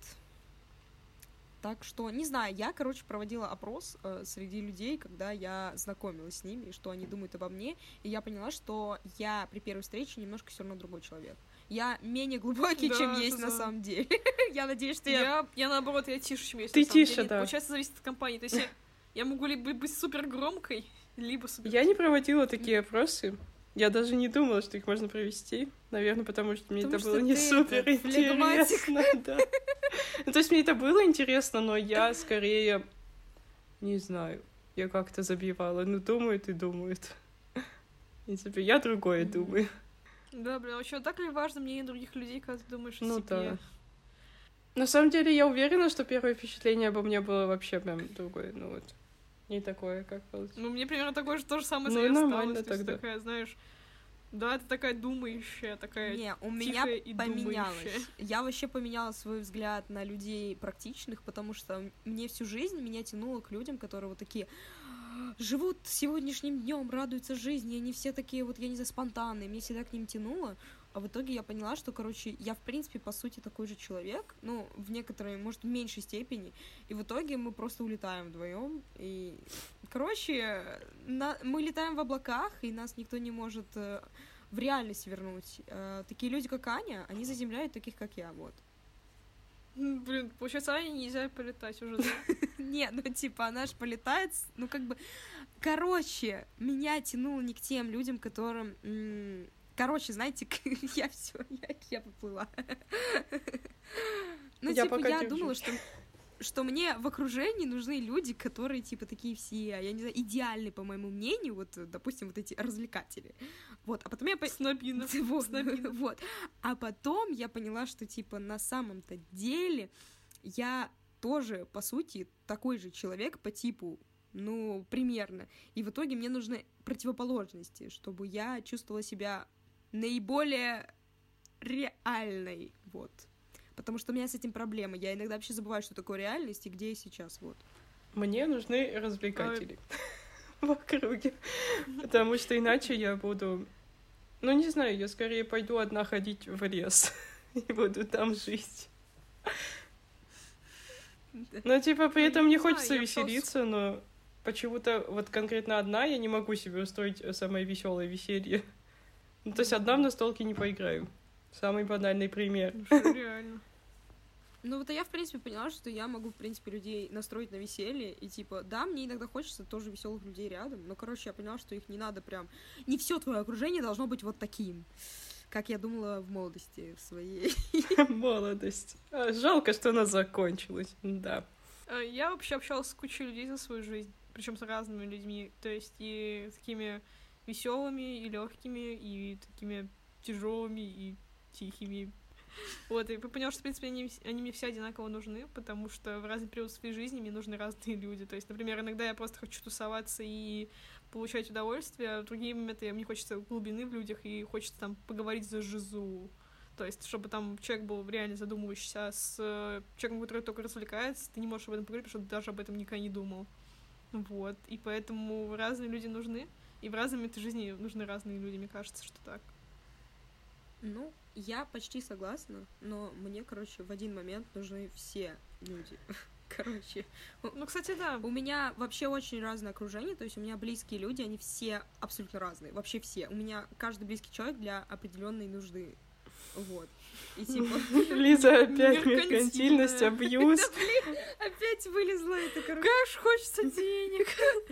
Так что, не знаю, я, проводила опрос среди людей, когда я знакомилась с ними, что они думают обо мне, и я поняла, что я при первой встрече немножко все равно другой человек. Я менее глубокий, чем есть на самом деле. Я надеюсь, что я наоборот, я тише, чем есть на самом деле. Ты тише, да. Получается, зависит от компании. То есть я могу либо быть супер громкой, либо супер... Я не проводила такие опросы. Я даже не думала, что их можно провести. Наверное, потому что мне это было не супер интересно. Да. То есть мне это было интересно, но я скорее не знаю. Я как-то забивала. Думают и думают. В принципе, я другое думаю. Да, блин, вообще, так ли важно мнение других людей, когда ты думаешь о себе? Да. На самом деле, я уверена, что первое впечатление обо мне было вообще прям другое. И такое, как получилось. Ну, мне примерно такое же то же самое Ну и нормально осталось. То есть тогда. такая, знаешь, да, ты такая думающая, такая Не, у меня тихая и поменялось. думающая. Я вообще поменяла свой взгляд на людей практичных, потому что мне всю жизнь меня тянуло к людям, которые вот такие живут сегодняшним днем, радуются жизни, они все такие вот, я не знаю, спонтанные, мне всегда к ним тянуло, а в итоге я поняла, что, короче, я, в принципе, по сути, такой же человек, ну, в некоторой, может, в меньшей степени, и в итоге мы просто улетаем вдвоем, и, короче, мы летаем в облаках, и нас никто не может в реальность вернуть. Такие люди, как Аня, они заземляют таких, как я, вот. Блин, получается, Ане нельзя полетать уже, да? Не, ну типа она ж полетает, ну как бы... Короче, меня тянуло не к тем людям, которым... Короче, знаете, я все, я поплыла. Ну типа я думала, что мне в окружении нужны люди, которые, типа, такие все, я не знаю, идеальные, по моему мнению, вот, допустим, вот эти развлекатели. Вот, а потом я... Снобина. Вот. А потом я поняла, что, типа, на самом-то деле я тоже, по сути, такой же человек по типу, ну, примерно. И в итоге мне нужны противоположности, чтобы я чувствовала себя наиболее реальной, вот. Потому что у меня с этим проблема. Я иногда вообще забываю, что такое реальность и где я сейчас, вот. Мне нужны развлекатели в округе, потому что иначе я буду... Ну, не знаю, я скорее пойду одна ходить в лес и буду там жить. Ну, типа, при этом мне хочется веселиться, но почему-то вот конкретно одна я не могу себе устроить самое веселое веселье. Ну, то есть одна в настолке не поиграю. Самый банальный пример. Ну, что, реально. Ну, вот я, в принципе, поняла, что я могу, в принципе, людей настроить на веселье, и, типа, да, мне иногда хочется тоже веселых людей рядом, но, короче, я поняла, что их не надо прям... Не все твое окружение должно быть вот таким, как я думала в молодости в своей. Молодость. Жалко, что она закончилась, да. Я вообще общалась с кучей людей за свою жизнь, причем с разными людьми, то есть и такими веселыми, и легкими, и такими тяжелыми, и тихими. Вот, и поняла, что, в принципе, они мне все одинаково нужны, потому что в разный период своей жизни мне нужны разные люди. То есть, например, иногда я просто хочу тусоваться и получать удовольствие, а в другие моменты мне хочется глубины в людях и хочется там поговорить за жизу. То есть, чтобы там человек был реально задумывающийся, а с человеком, который только развлекается, ты не можешь об этом поговорить, потому что ты даже об этом никогда не думал. Вот, и поэтому разные люди нужны, и в разные моменты жизни нужны разные люди, мне кажется, что так. Ну, я почти согласна, но мне, короче, в один момент нужны все люди. Короче. Ну, кстати, да. У меня вообще очень разное окружение, то есть у меня близкие люди, они все абсолютно разные, вообще все. У меня каждый близкий человек для определенной нужды. Вот. И типа... Лиза, опять меркантильность, абьюз. Да, блин, опять вылезла это, короче. Конечно, хочется денег.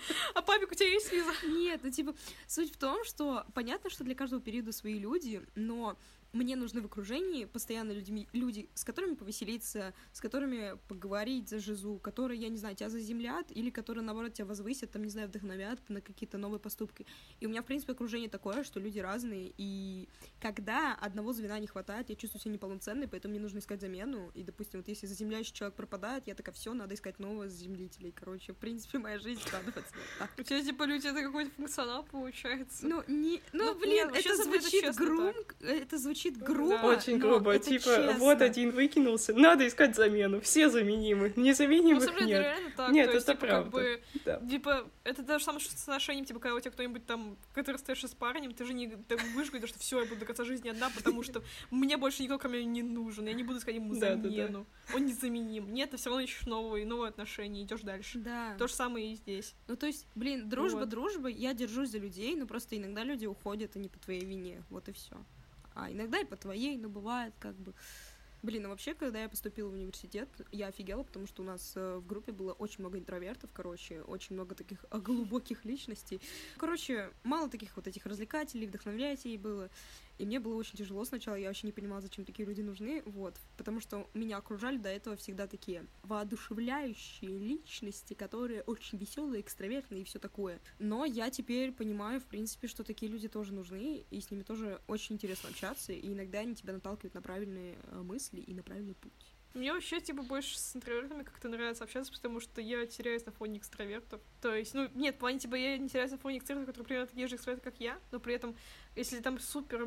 А папик, у тебя есть, Лиза? Нет, ну типа, суть в том, что понятно, что для каждого периода свои люди, но мне нужны в окружении постоянно люди, с которыми повеселиться, с которыми поговорить за жизу, которые, я не знаю, тебя заземлят, или которые, наоборот, тебя возвысят, там, не знаю, вдохновят на какие-то новые поступки. И у меня, в принципе, окружение такое, что люди разные, и когда одного звена не хватает, я чувствую себя неполноценной, поэтому мне нужно искать замену, и, допустим, вот если заземляющий человек пропадает, я такая, все, надо искать нового заземлителей. Короче, в принципе, моя жизнь складывается вот так. У тебя, типа, люди, это какой-то функционал получается. Ну, блин, нет, это звучит громко, это звучит грубо. Да. Очень грубо. Типа, честно. вот один выкинулся, надо искать замену. Все заменимы. Незаменимых Ну, нет. реально так. Нет, то есть, это типа, правда. Как бы, Да. типа, это даже самое что с отношением, типа, когда у тебя кто-нибудь там, который стоишь с парнем, ты же не будешь говорить, что все, я буду до конца жизни одна, потому что мне больше никто, кроме меня, не нужен. Я не буду искать ему замену. Он незаменим. Нет, ты все равно ищешь новые отношения, идешь дальше. Да. То же самое и здесь. Ну, то есть, блин, дружба Вот. дружбой, я держусь за людей, но просто иногда люди уходят, и не по твоей вине. Вот и все. А иногда и по твоей, но бывает как бы... Блин, а вообще, когда я поступила в университет, я офигела, потому что у нас в группе было очень много интровертов, короче, очень много таких глубоких личностей. Короче, мало таких вот этих развлекателей, вдохновлятелей было. И мне было очень тяжело сначала, я вообще не понимала, зачем такие люди нужны, вот, потому что меня окружали до этого всегда такие воодушевляющие личности, которые очень веселые, экстравертные и все такое. Но я теперь понимаю, в принципе, что такие люди тоже нужны, и с ними тоже очень интересно общаться, и иногда они тебя наталкивают на правильные мысли и на правильный путь. Мне вообще, типа, больше с интровертами как-то нравится общаться, потому что я теряюсь на фоне экстравертов. То есть, ну, нет, в плане, типа, я не теряюсь на фоне экстравертов, которые примерно такие же экстраверты, как я, но при этом, если там супер,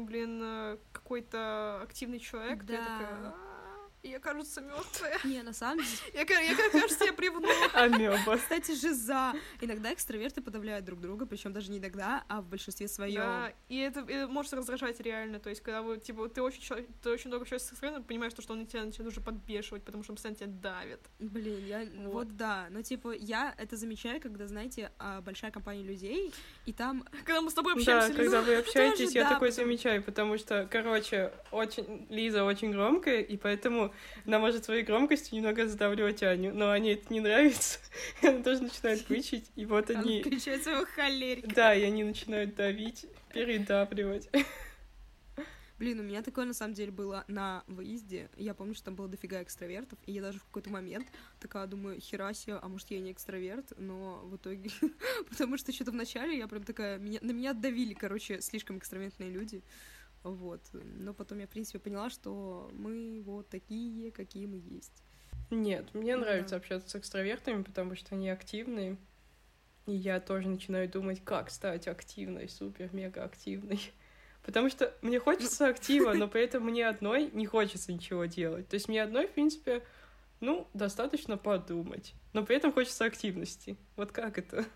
какой-то активный человек, то я такая... Я, кажется, мертвая. Не, на самом деле... Я, кажется, я бревно. Амеба. Кстати, жиза. Иногда экстраверты подавляют друг друга, причем даже не иногда, а в большинстве своем. Да, и это может раздражать реально. То есть, когда вы, типа, ты очень много общаешься с экстравертом, понимаешь, что он тебя начинает уже подбешивать, потому что он постоянно тебя давит. Блин, вот да. Но, типа, я это замечаю, когда, знаете, большая компания людей, и там... Когда мы с тобой общаемся, Да, когда вы общаетесь, тоже, я да, такое потом- замечаю, потому что, короче, Лиза очень громкая, и поэтому она может своей громкостью немного задавливать Аню, но Ане это не нравится, и она тоже начинает бычить, и вот Она они... включает своего холерика. Да, и они начинают давить, передавливать. Блин, у меня такое на самом деле было на выезде. Я помню, что там было дофига экстравертов, и я даже в какой-то момент такая думаю, хера себе, а может я не экстраверт, но в итоге... Потому что что-то вначале я прям такая... На меня давили, короче, слишком экстравертные люди. Вот. Но потом я, в принципе, поняла, что мы вот такие, какие мы есть. Нет, мне Ну нравится да. общаться с экстравертами, потому что они активные, и я тоже начинаю думать, как стать активной, супер-мега активной. Потому что мне хочется актива, но при этом мне одной не хочется ничего делать. То есть мне одной, в принципе, ну, достаточно подумать, но при этом хочется активности. Вот как это?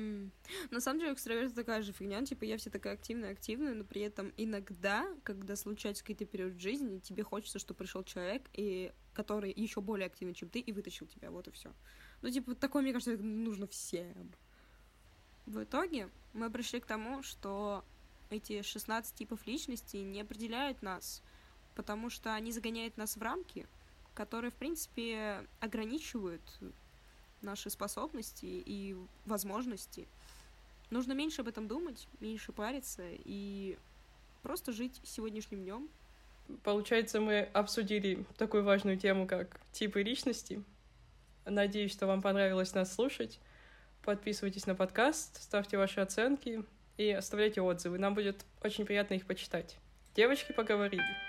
На самом деле, экстраверт такая же фигня, типа, я вся такая активная, но при этом иногда, когда случается какой-то период в жизни, тебе хочется, чтобы пришел человек, и который еще более активный, чем ты, и вытащил тебя, вот и все. Ну, типа, такое, мне кажется, нужно всем. В итоге мы пришли к тому, что эти 16 типов личностей не определяют нас, потому что они загоняют нас в рамки, которые, в принципе, ограничивают наши способности и возможности. Нужно меньше об этом думать, меньше париться и просто жить сегодняшним днем. Получается, мы обсудили такую важную тему, как типы личности. Надеюсь, что вам понравилось нас слушать. Подписывайтесь на подкаст, ставьте ваши оценки и оставляйте отзывы. Нам будет очень приятно их почитать. Девочки, поговорили.